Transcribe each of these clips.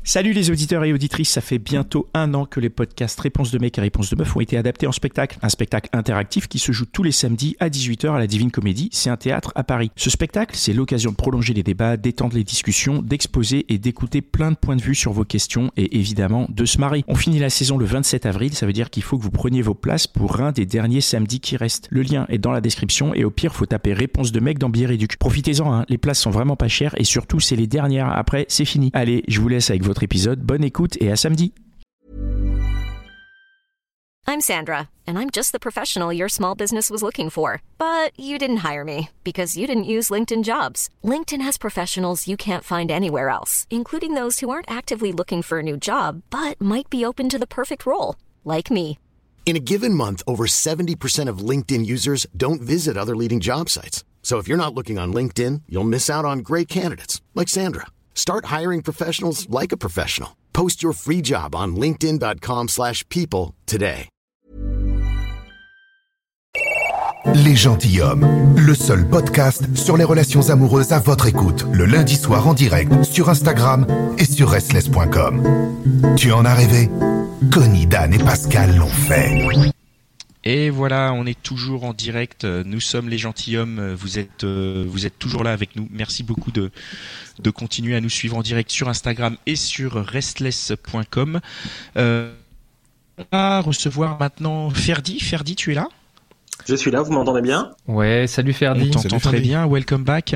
Salut les auditeurs et auditrices, ça fait bientôt 1 an que les podcasts Réponse de mec et Réponse de meuf ont été adaptés en spectacle. Un spectacle interactif qui se joue tous les samedis à 18h à la Divine Comédie, c'est un théâtre à Paris. Ce spectacle, c'est l'occasion de prolonger les débats, d'étendre les discussions, d'exposer et d'écouter plein de points de vue sur vos questions et évidemment de se marrer. On finit la saison le 27 avril, ça veut dire qu'il faut que vous preniez vos places pour un des derniers samedis qui restent. Le lien est dans la description et au pire, faut taper Réponse de mec dans Bière-Éduc. Profitez-en, hein, les places sont vraiment pas chères et surtout, c'est les dernières. Après, c'est fini. Allez, je vous laisse avec votre épisode. Bonne écoute et à samedi. I'm Sandra, and I'm just the professional your small business was looking for. But you didn't hire me because you didn't use LinkedIn Jobs. LinkedIn has professionals you can't find anywhere else, including those who aren't actively looking for a new job, but might be open to the perfect role, like me. In a given month, over 70% of LinkedIn users don't visit other leading job sites. So if you're not looking on LinkedIn, you'll miss out on great candidates like Sandra. Start hiring professionals like a professional. Post your free job on linkedin.com/people today. Les Gentilshommes, le seul podcast sur les relations amoureuses à votre écoute, le lundi soir en direct sur Instagram et sur restless.com. Tu en as rêvé? Connie, Dan et Pascal l'ont fait. Et voilà, on est toujours en direct. Nous sommes les gentilshommes. Vous êtes toujours là avec nous. Merci beaucoup de continuer à nous suivre en direct sur Instagram et sur restless.com. On va recevoir maintenant Ferdi. Ferdi, tu es là? Je suis là, vous m'entendez bien? Ouais, salut Ferdi. On t'entend très bien. Welcome back.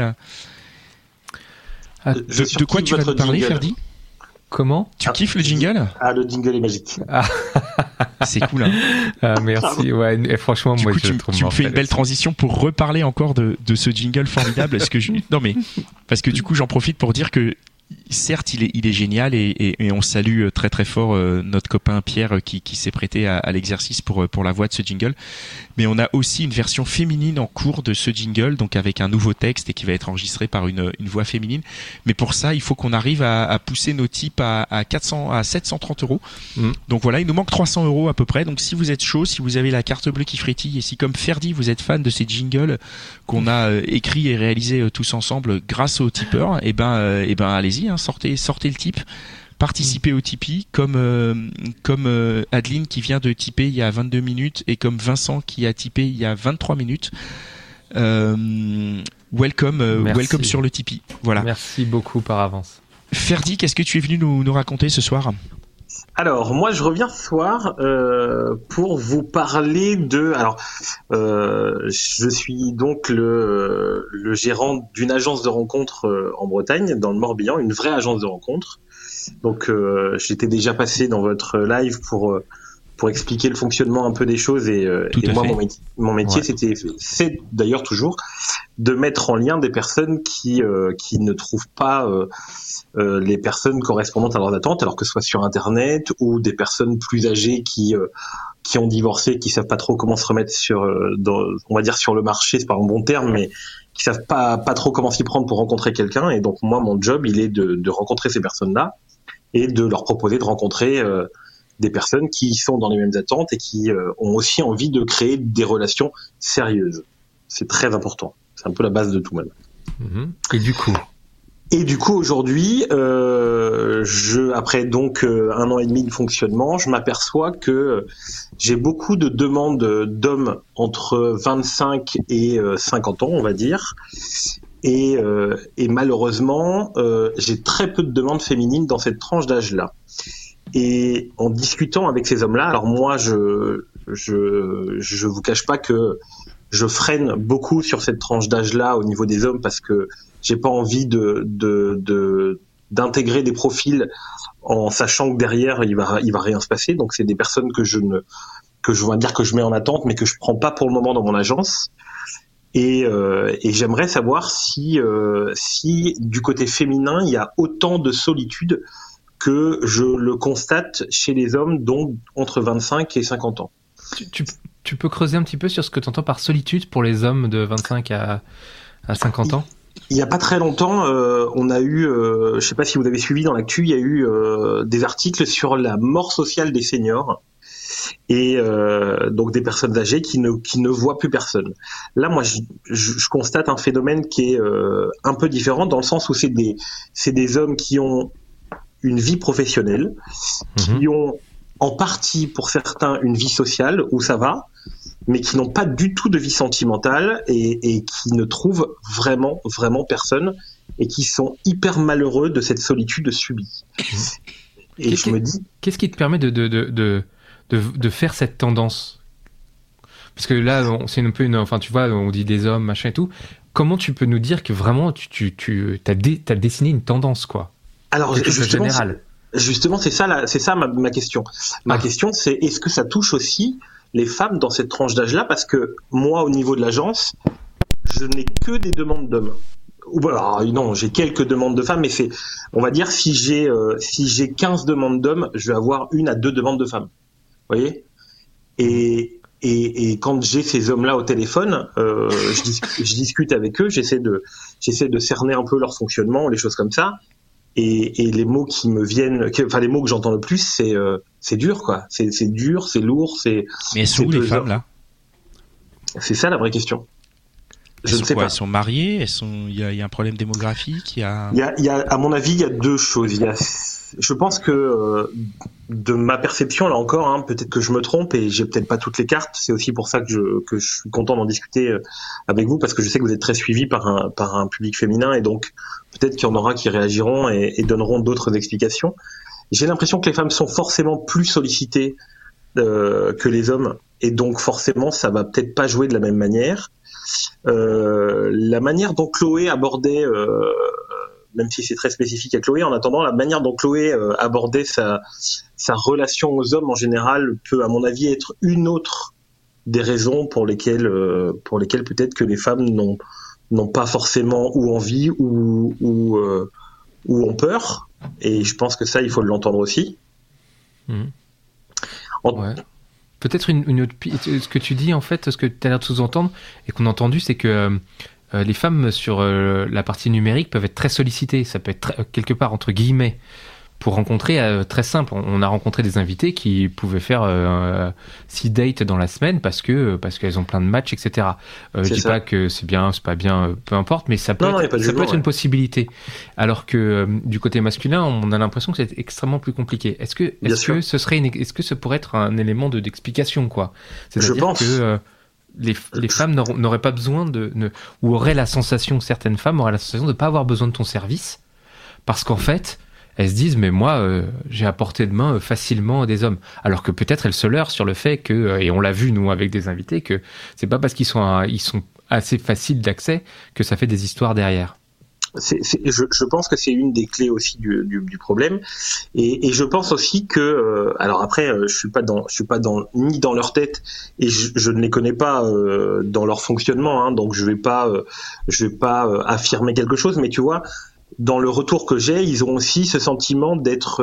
De quoi tu vas nous parler, Ferdi? Comment? Tu kiffes le jingle? Ah, le jingle est magique. C'est cool, hein. Merci. Ouais, et franchement, moi, je trouve tu me fais une belle transition pour reparler encore de ce jingle formidable. Parce que du coup, j'en profite pour dire que certes, il est génial et on salue très très fort notre copain Pierre qui s'est prêté à l'exercice pour la voix de ce jingle. Mais on a aussi une version féminine en cours de ce jingle, donc avec un nouveau texte et qui va être enregistré par une voix féminine. Mais pour ça, il faut qu'on arrive à pousser nos types à 730 €. Donc voilà, il nous manque 300 € à peu près. Donc si vous êtes chaud, si vous avez la carte bleue qui frétille et si comme Ferdi, vous êtes fan de ces jingles qu'on a écrits et réalisés tous ensemble grâce aux tipeurs, et ben allez-y, hein, sortez le type. Participez au Tipeee comme Adeline qui vient de tiper il y a 22 minutes et comme Vincent qui a tipé il y a 23 minutes. Welcome sur le Tipeee. Voilà. Merci beaucoup par avance. Ferdi, qu'est-ce que tu es venu nous raconter ce soir? Alors, moi, je reviens ce soir pour vous parler de... Alors, je suis donc le gérant d'une agence de rencontres en Bretagne, dans le Morbihan, une vraie agence de rencontres. Donc, j'étais déjà passé dans votre live pour expliquer le fonctionnement un peu des choses et moi, mon métier, c'est d'ailleurs toujours de mettre en lien des personnes qui ne trouvent pas les personnes correspondantes à leurs attentes, alors que ce soit sur Internet ou des personnes plus âgées qui ont divorcé, qui savent pas trop comment se remettre on va dire sur le marché, c'est pas un bon terme, mais qui savent pas trop comment s'y prendre pour rencontrer quelqu'un. Et donc moi, mon job, il est de rencontrer ces personnes-là et de leur proposer de rencontrer des personnes qui sont dans les mêmes attentes et qui ont aussi envie de créer des relations sérieuses. C'est très important. C'est un peu la base de tout même. Et du coup, aujourd'hui, après donc 1 an et demi de fonctionnement, je m'aperçois que j'ai beaucoup de demandes d'hommes entre 25 et 50 ans, on va dire. Et malheureusement, j'ai très peu de demandes féminines dans cette tranche d'âge-là. Et en discutant avec ces hommes-là, alors moi, je vous cache pas que je freine beaucoup sur cette tranche d'âge-là au niveau des hommes parce que j'ai pas envie d'intégrer des profils en sachant que derrière il va rien se passer. Donc c'est des personnes que je mets en attente, mais que je prends pas pour le moment dans mon agence. Et j'aimerais savoir si du côté féminin il y a autant de solitude que je le constate chez les hommes, donc entre 25 et 50 ans. Tu peux creuser un petit peu sur ce que tu entends par solitude pour les hommes de 25 à 50 ans? Il n'y a pas très longtemps, on a eu, je ne sais pas si vous avez suivi dans l'actu, il y a eu des articles sur la mort sociale des seniors et donc des personnes âgées qui ne voient plus personne. Là, moi, je constate un phénomène qui est un peu différent dans le sens où c'est des hommes qui ont une vie professionnelle, qui ont en partie pour certains une vie sociale où ça va, mais qui n'ont pas du tout de vie sentimentale et qui ne trouvent vraiment personne et qui sont hyper malheureux de cette solitude subie. Et je me dis, qu'est-ce qui te permet de faire cette tendance? Parce que là, c'est un peu enfin, tu vois, on dit des hommes, machin et tout. Comment tu peux nous dire que vraiment t'as dessiné une tendance, quoi? Alors, justement, c'est ça ma question. Ma question, c'est est-ce que ça touche aussi les femmes dans cette tranche d'âge-là? Parce que moi, au niveau de l'agence, je n'ai que des demandes d'hommes. Alors, non, j'ai quelques demandes de femmes, mais c'est, on va dire, si j'ai 15 demandes d'hommes, je vais avoir 1 à 2 demandes de femmes. Vous voyez? Et quand j'ai ces hommes-là au téléphone, je discute avec eux, j'essaie de cerner un peu leur fonctionnement, les choses comme ça. Et les mots qui me viennent, les mots que j'entends le plus, c'est dur, quoi. C'est dur, c'est lourd, c'est. Mais elles sont où les femmes là? C'est ça la vraie question. Je ne sais pas. Elles sont mariées, il y a un problème démographique, il y a, à mon avis, il y a 2 choses. Je pense que de ma perception, là encore, hein, peut-être que je me trompe et j'ai peut-être pas toutes les cartes. C'est aussi pour ça que je suis content d'en discuter avec vous, parce que je sais que vous êtes très suivi par un public féminin, et donc peut-être qu'il y en aura qui réagiront et donneront d'autres explications. J'ai l'impression que les femmes sont forcément plus sollicitées que les hommes, et donc forcément ça va peut-être pas jouer de la même manière. La manière dont Chloé abordait, même si c'est très spécifique à Chloé, en attendant, la manière dont Chloé abordait sa relation aux hommes en général peut, à mon avis, être une autre des raisons pour lesquelles peut-être que les femmes n'ont pas forcément ou envie ou ont peur. Et je pense que ça, il faut l'entendre aussi. Ouais. Peut-être une autre. Ce que tu dis, en fait, ce que tu as l'air de sous-entendre et qu'on a entendu, c'est que les femmes sur la partie numérique peuvent être très sollicitées. Ça peut être quelque part, entre guillemets, pour rencontrer, très simple. On a rencontré des invités qui pouvaient faire 6 dates dans la semaine parce qu'elles ont plein de matchs, etc. Je dis pas que c'est bien, c'est pas bien, peu importe, mais ça peut être une possibilité. Alors que du côté masculin, on a l'impression que c'est extrêmement plus compliqué. Est-ce que ça pourrait être un élément d'explication, quoi? C'est-à-dire que les femmes n'auraient pas besoin ou auraient la sensation, certaines femmes auraient la sensation de ne pas avoir besoin de ton service, parce qu'en fait, elles se disent, mais moi, j'ai à portée de main facilement des hommes. Alors que peut-être elles se leurrent sur le fait que, et on l'a vu, nous, avec des invités, que c'est pas parce qu'ils sont assez faciles d'accès que ça fait des histoires derrière. Je pense que c'est une des clés aussi du problème, et je pense aussi que alors après je suis pas ni dans leur tête, et je ne les connais pas dans leur fonctionnement, hein, donc je vais pas affirmer quelque chose, mais tu vois, dans le retour que j'ai, ils ont aussi ce sentiment d'être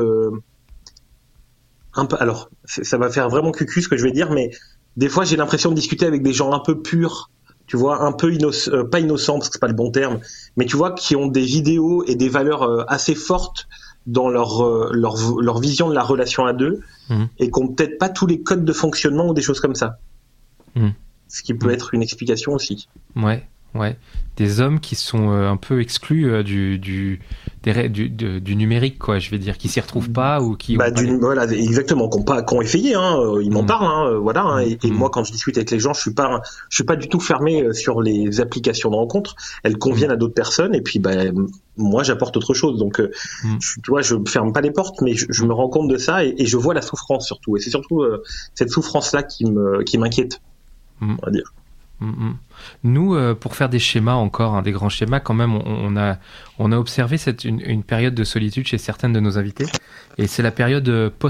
un peu, alors ça va faire vraiment cucu ce que je vais dire, mais des fois j'ai l'impression de discuter avec des gens un peu purs, tu vois, un peu pas innocents, parce que c'est pas le bon terme, mais tu vois, qui ont des vidéos et des valeurs assez fortes dans leur vision de la relation à deux, et qui ont peut-être pas tous les codes de fonctionnement ou des choses comme ça. Ce qui peut être une explication aussi. Ouais, des hommes qui sont un peu exclus du numérique, quoi, je vais dire, qui s'y retrouvent pas, ou qui voilà, exactement, qui ont essayé, hein, ils m'en parlent, hein, voilà, hein, et moi, quand je discute avec les gens, je suis pas du tout fermé sur les applications de rencontre, elles conviennent à d'autres personnes, et puis moi j'apporte autre chose, donc tu vois, je ferme pas les portes, mais je me rends compte de ça, et je vois la souffrance surtout, et c'est surtout cette souffrance là qui m'inquiète, on va dire. Nous, pour faire des schémas encore, des grands schémas, quand même, on a observé une période de solitude chez certaines de nos invités, et c'est la période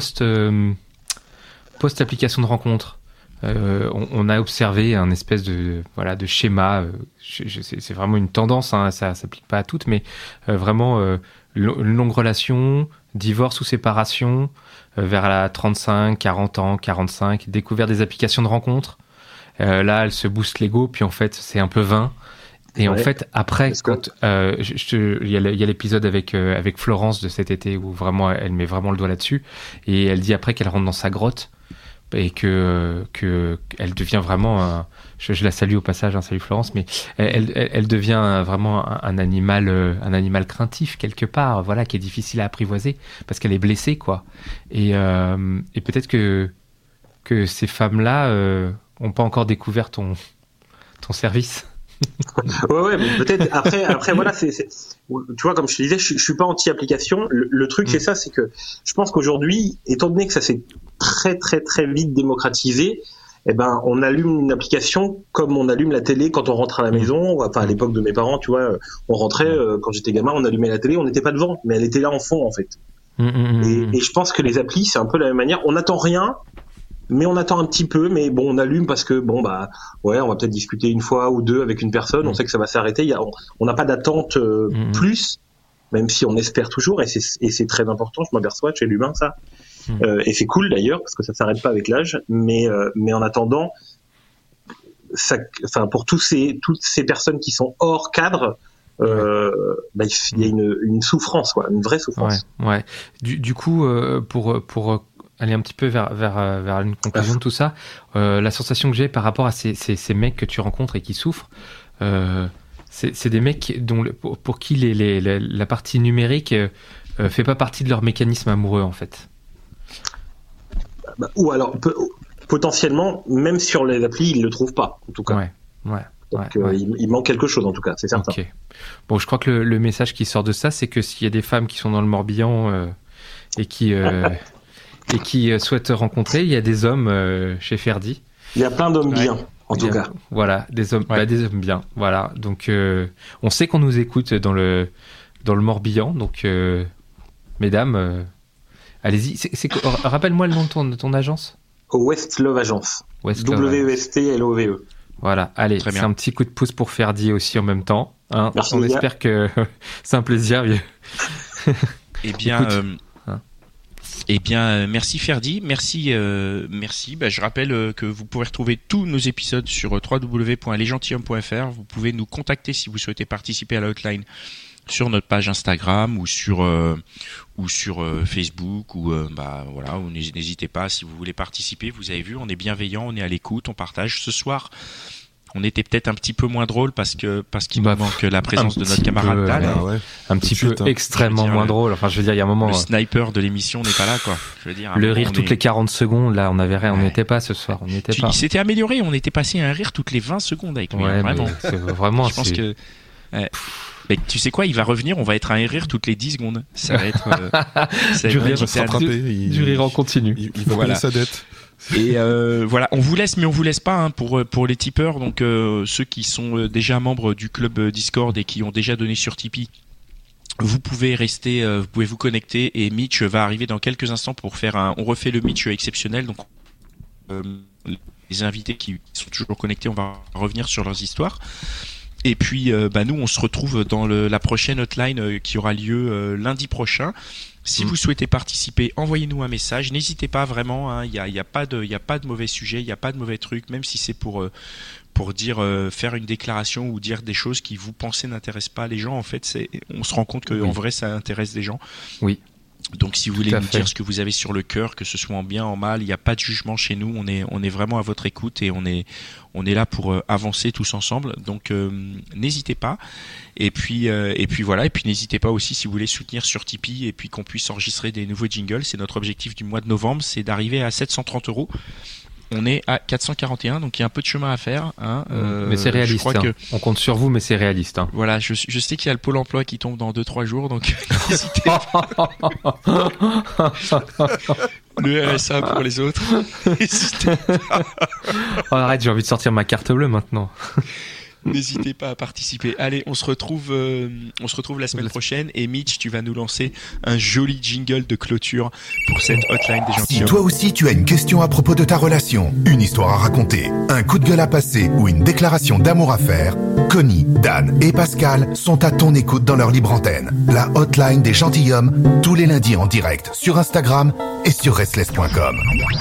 post-application de rencontre. On a observé un espèce de schéma. C'est vraiment une tendance, hein, ça s'applique pas à toutes, mais vraiment une longue relation, divorce ou séparation, vers la 35, 40 ans, 45, découvert des applications de rencontre. Là, elle se booste l'ego, puis en fait, c'est un peu vain. Et en fait, après, quand il y a l'épisode avec Florence de cet été où vraiment, elle met vraiment le doigt là-dessus, et elle dit après qu'elle rentre dans sa grotte et que elle devient vraiment je la salue au passage, salut Florence, mais elle devient vraiment un animal craintif quelque part, voilà, qui est difficile à apprivoiser parce qu'elle est blessée, quoi. Et peut-être que ces femmes-là ont pas encore découvert ton service. Ouais, mais peut-être après voilà, c'est tu vois, comme je te disais, je suis pas anti-application. Le truc c'est ça, c'est que je pense qu'aujourd'hui, étant donné que ça s'est très très très vite démocratisé, eh ben on allume une application comme on allume la télé quand on rentre à la maison. Enfin, à l'époque de mes parents, tu vois, on rentrait quand j'étais gamin, on allumait la télé, on n'était pas devant, mais elle était là en fond en fait. Et je pense que les applis, c'est un peu la même manière. On n'attend rien, mais on attend un petit peu, mais bon, on allume parce que bon bah ouais, on va peut-être discuter une fois ou deux avec une personne, on sait que ça va s'arrêter, on n'a pas d'attente plus, même si on espère toujours, et c'est très important, je m'aperçois chez l'humain ça. Et c'est cool d'ailleurs parce que ça s'arrête pas avec l'âge, mais en attendant, ça, enfin pour toutes ces personnes qui sont hors cadre, bah, il y a une souffrance, quoi, une vraie souffrance. Ouais. Du coup, pour aller un petit peu vers une conclusion de tout ça, la sensation que j'ai par rapport à ces mecs que tu rencontres et qui souffrent, c'est des mecs pour qui la partie numérique fait pas partie de leur mécanisme amoureux en fait. Ou alors potentiellement, même sur les applis, ils le trouvent pas, en tout cas. Donc il manque quelque chose, en tout cas, c'est certain. Okay. Bon, je crois que le message qui sort de ça, c'est que s'il y a des femmes qui sont dans le Morbihan et qui souhaitent rencontrer, il y a des hommes chez Ferdi. Il y a plein d'hommes bien, en tout cas. Voilà, des hommes bien. Voilà, donc on sait qu'on nous écoute dans le Morbihan, donc mesdames, allez-y. Rappelle-moi le nom de ton agence. West Love Agence. WESTLOVE. Voilà, allez, c'est un petit coup de pouce pour Ferdi aussi en même temps. Hein. Merci, on espère que c'est un plaisir. Eh bien, merci Ferdi, merci. Bah, je rappelle que vous pourrez retrouver tous nos épisodes sur www.lesgentilhommes.fr. Vous pouvez nous contacter si vous souhaitez participer à la hotline sur notre page Instagram ou sur Facebook ou voilà, ou n'hésitez pas si vous voulez participer. Vous avez vu, on est bienveillant, on est à l'écoute, on partage. Ce soir, on était peut-être un petit peu moins drôle parce qu'il nous manque la présence de notre camarade Tal. Un petit peu extrêmement moins drôle. Enfin, je veux dire, il y a un moment. Le sniper de l'émission n'est pas là, quoi. Je veux dire, le rire toutes les 40 secondes, là, on avait rien. On n'y était pas ce soir. On n'y était pas. Il s'était amélioré. On était passé à un rire toutes les 20 secondes avec lui. Vraiment. C'est vraiment. Je pense que. Mais tu sais quoi, il va revenir, on va être à un rire toutes les 10 secondes. Ça va être. Du rire en continu. Il va payer sa dette. Et voilà, on vous laisse, mais on vous laisse pas pour les tipeurs. Donc ceux qui sont déjà membres du club Discord et qui ont déjà donné sur Tipeee, vous pouvez rester, vous pouvez vous connecter. Et Mitch va arriver dans quelques instants pour faire on refait le Mitch exceptionnel. Donc les invités qui sont toujours connectés, on va revenir sur leurs histoires. Et puis, nous, on se retrouve dans la prochaine hotline qui aura lieu lundi prochain. Si vous souhaitez participer, envoyez-nous un message. N'hésitez pas vraiment. Il y a pas de mauvais sujet, il y a pas de mauvais truc. Même si c'est pour dire faire une déclaration ou dire des choses qui vous pensez n'intéressent pas les gens. En fait, on se rend compte que en vrai, ça intéresse des gens. Oui. Donc si vous voulez nous dire ce que vous avez sur le cœur, que ce soit en bien, en mal, il n'y a pas de jugement chez nous, on est vraiment à votre écoute et on est là pour avancer tous ensemble. Donc n'hésitez pas. Et puis voilà, et puis n'hésitez pas aussi si vous voulez soutenir sur Tipeee et puis qu'on puisse enregistrer des nouveaux jingles. C'est notre objectif du mois de novembre, c'est d'arriver à 730 €. On est à 441, donc il y a un peu de chemin à faire. Hein. Mais c'est réaliste. Je crois que... On compte sur vous, mais c'est réaliste. Hein. Voilà, je sais qu'il y a le Pôle emploi qui tombe dans 2-3 jours, donc n'hésitez pas. Le RSA pour les autres. N'hésitez pas. Arrête, j'ai envie de sortir ma carte bleue maintenant. N'hésitez pas à participer. Allez, on se retrouve la semaine prochaine. Et Mitch, tu vas nous lancer un joli jingle de clôture pour cette hotline des gentilshommes. Si toi aussi tu as une question à propos de ta relation, une histoire à raconter, un coup de gueule à passer ou une déclaration d'amour à faire, Connie, Dan et Pascal sont à ton écoute dans leur libre antenne. La hotline des gentilshommes, tous les lundis en direct sur Instagram et sur restless.com.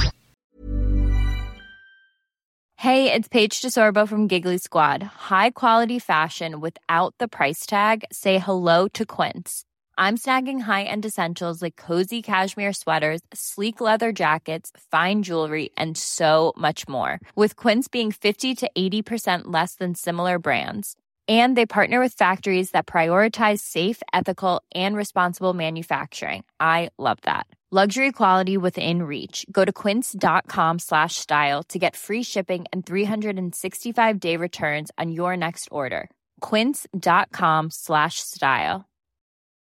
Hey, it's Paige DeSorbo from Giggly Squad. High quality fashion without the price tag. Say hello to Quince. I'm snagging high-end essentials like cozy cashmere sweaters, sleek leather jackets, fine jewelry, and so much more. With Quince being 50 to 80% less than similar brands. And they partner with factories that prioritize safe, ethical, and responsible manufacturing. I love that. Luxury quality within reach. Go to quince.com/style to get free shipping and 365-day returns on your next order. Quince.com/style.